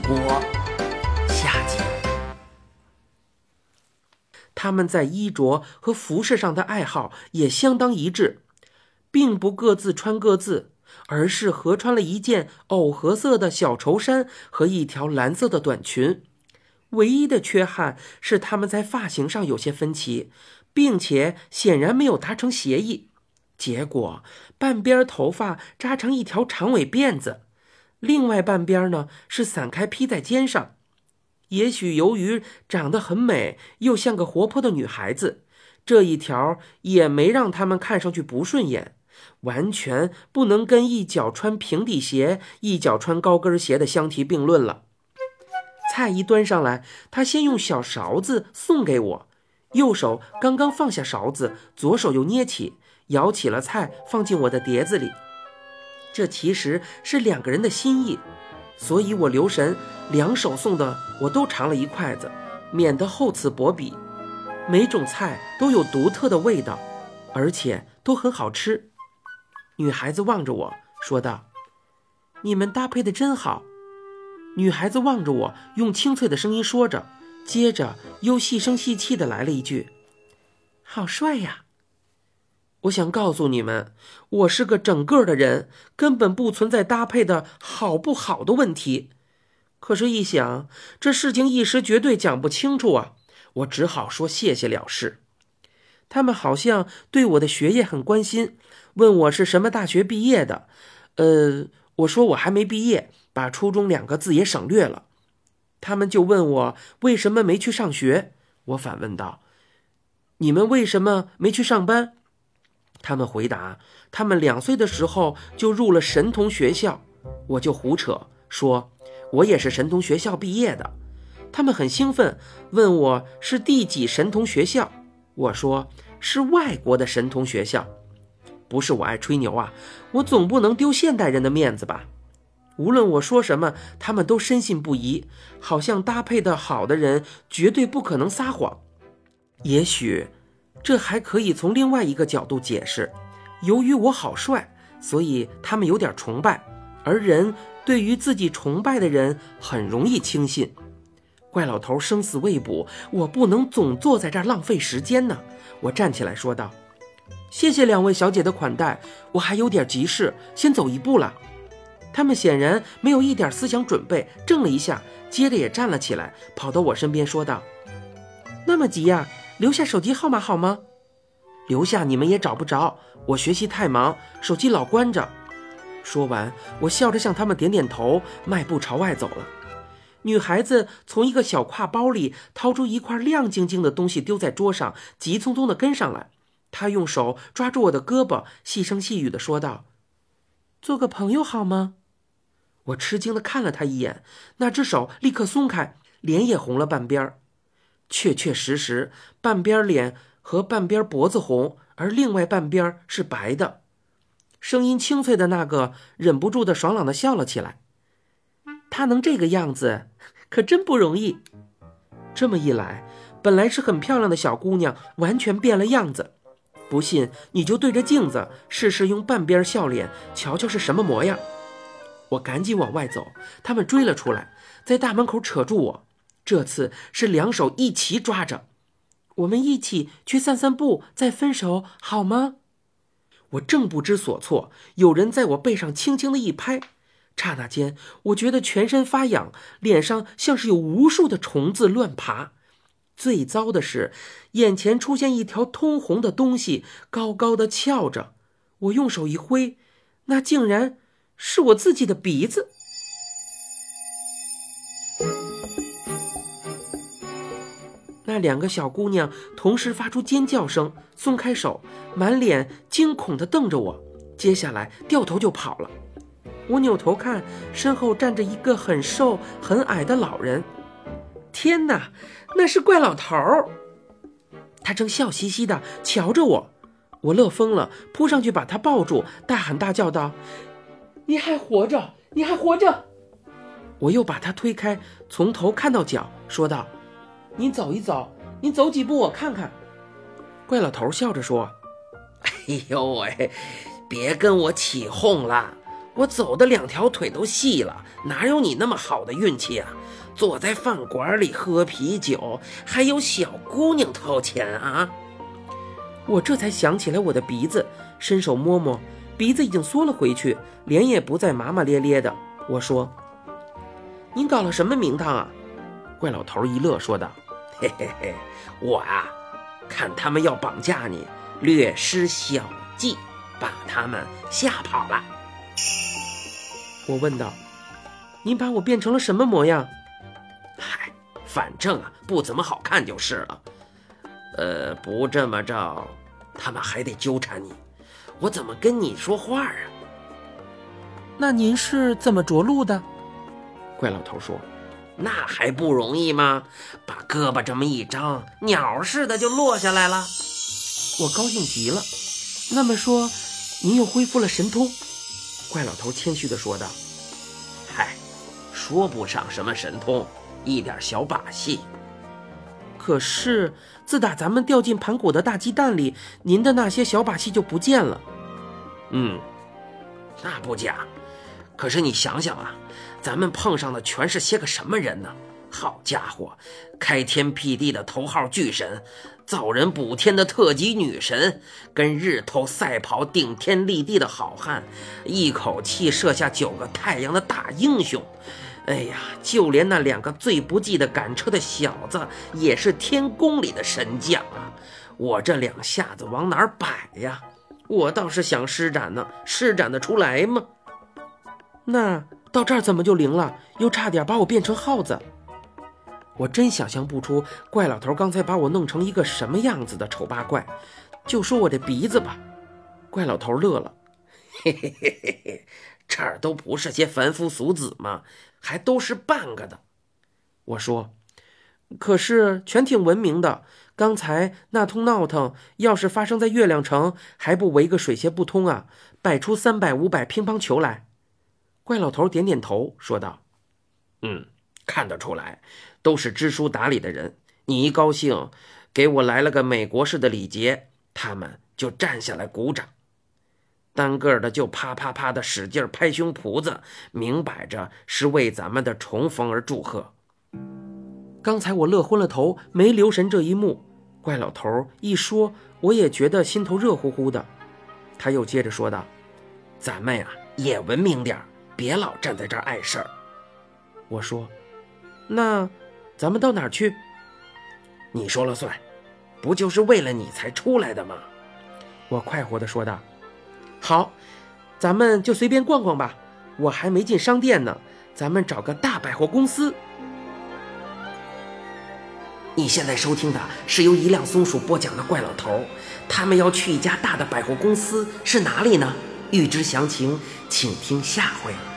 果。下集。他们在衣着和服饰上的爱好也相当一致，并不各自穿各自，而是合穿了一件藕荷色的小绸衫和一条蓝色的短裙。唯一的缺憾是他们在发型上有些分歧，并且显然没有达成协议。结果半边头发扎成一条长尾辫子，另外半边呢是散开披在肩上。也许由于长得很美，又像个活泼的女孩子，这一条也没让他们看上去不顺眼，完全不能跟一脚穿平底鞋一脚穿高跟鞋的相提并论了。菜一端上来，他先用小勺子送给我，右手刚刚放下勺子，左手又捏起，舀起了菜放进我的碟子里。这其实是两个人的心意，所以我留神，两手送的我都尝了一筷子，免得厚此薄彼。每种菜都有独特的味道，而且都很好吃。女孩子望着我说道：“你们搭配的真好。”女孩子望着我，用清脆的声音说着，接着又细声细气地来了一句：“好帅呀！”我想告诉你们，我是个整个的人，根本不存在搭配的好不好的问题。可是一想，这事情一时绝对讲不清楚啊，我只好说谢谢了事。他们好像对我的学业很关心，问我是什么大学毕业的。我说我还没毕业，把初中2个字也省略了。他们就问我为什么没去上学，我反问道：“你们为什么没去上班？”他们回答，他们2岁的时候就入了神童学校。我就胡扯说我也是神童学校毕业的。他们很兴奋，问我是第几神童学校。我说是外国的神童学校。不是我爱吹牛啊，我总不能丢现代人的面子吧。无论我说什么，他们都深信不疑，好像搭配的好的人绝对不可能撒谎。也许这还可以从另外一个角度解释，由于我好帅，所以他们有点崇拜，而人对于自己崇拜的人很容易轻信。怪老头生死未卜，我不能总坐在这儿浪费时间呢。我站起来说道：“谢谢2位小姐的款待，我还有点急事，先走一步了。”他们显然没有一点思想准备，怔了一下，接着也站了起来，跑到我身边说道：“那么急呀，留下手机号码好吗？”“留下你们也找不着，我学习太忙，手机老关着。”说完，我笑着向他们点点头，迈步朝外走了。女孩子从一个小挎包里掏出一块亮晶晶的东西丢在桌上，急匆匆地跟上来。她用手抓住我的胳膊，细声细语地说道：“做个朋友好吗？”我吃惊地看了她一眼，那只手立刻松开，脸也红了半边。确确实实，半边脸和半边脖子红，而另外半边是白的。声音清脆的那个忍不住的爽朗地笑了起来。她能这个样子，可真不容易。这么一来，本来是很漂亮的小姑娘完全变了样子。不信你就对着镜子试试用半边笑脸瞧瞧是什么模样。我赶紧往外走，他们追了出来，在大门口扯住我，这次是2手一齐抓着。我们一起去散散步，再分手好吗？我正不知所措，有人在我背上轻轻的一拍，刹那间我觉得全身发痒，脸上像是有无数的虫子乱爬。最糟的是，眼前出现一条通红的东西，高高的翘着。我用手一挥，那竟然是我自己的鼻子。那2个小姑娘同时发出尖叫声，松开手，满脸惊恐地瞪着我，接下来掉头就跑了。我扭头看，身后站着一个很瘦很矮的老人。天哪，那是怪老头！他正笑嘻嘻地瞧着我，我乐疯了，扑上去把他抱住，大喊大叫道：“你还活着，你还活着！”我又把他推开，从头看到脚，说道：“你走一走，你走几步我看看。”怪老头笑着说：“哎呦喂，别跟我起哄了， 我走的2条腿都细了，哪有你那么好的运气啊？坐在饭馆里喝啤酒，还有小姑娘掏钱啊！我这才想起来我的鼻子，伸手摸摸，鼻子已经缩了回去，脸也不再麻麻咧咧的。我说：“您搞了什么名堂啊？”怪老头一乐说道：“嘿嘿嘿，我啊，看他们要绑架你，略施小计，把他们吓跑了。”我问道：“您把我变成了什么模样？”“嗨，反正啊，不怎么好看就是了。不这么着，他们还得纠缠你，我怎么跟你说话啊？”“那您是怎么着陆的？”怪老头说：“那还不容易吗？把胳膊这么一张，鸟似的就落下来了。”我高兴极了。“那么说，您又恢复了神通？”怪老头谦虚地说道：“嗨，说不上什么神通，一点小把戏。可是自打咱们掉进盘古的大鸡蛋里，您的那些小把戏就不见了。”“那不假。可是你想想啊，咱们碰上的全是些个什么人呢？好家伙，开天辟地的头号巨神，造人补天的特级女神，跟日头赛跑顶天立地的好汉，一口气射下9个太阳的大英雄。哎呀，就连那2个最不济的赶车的小子，也是天宫里的神将啊！我这2下子往哪儿摆呀？我倒是想施展呢，施展得出来吗？”“那到这儿怎么就灵了？又差点把我变成耗子。”我真想象不出怪老头刚才把我弄成一个什么样子的丑八怪。就说我这鼻子吧。怪老头乐了：“嘿嘿嘿嘿嘿，这儿都不是些凡夫俗子吗？还都是半个的。”我说：“可是全挺文明的，刚才那通闹腾，要是发生在月亮城，还不围个水泄不通啊？摆出300、500乒乓球来。”怪老头点点头说道：“看得出来，都是知书达理的人。你一高兴，给我来了个美国式的礼节，他们就站下来鼓掌，单个的就啪啪啪的使劲拍胸脯子，明摆着是为咱们的重逢而祝贺。”刚才我乐昏了头，没留神这一幕。怪老头一说，我也觉得心头热乎乎的。他又接着说道：“咱们呀，也文明点，别老站在这儿碍事儿。”我说：“那咱们到哪儿去？”“你说了算，不就是为了你才出来的吗？”我快活地说道。“好，咱们就随便逛逛吧，我还没进商店呢，咱们找个大百货公司。”你现在收听的是由一辆松鼠播讲的怪老头，他们要去一家大的百货公司，是哪里呢？欲知详情，请听下回。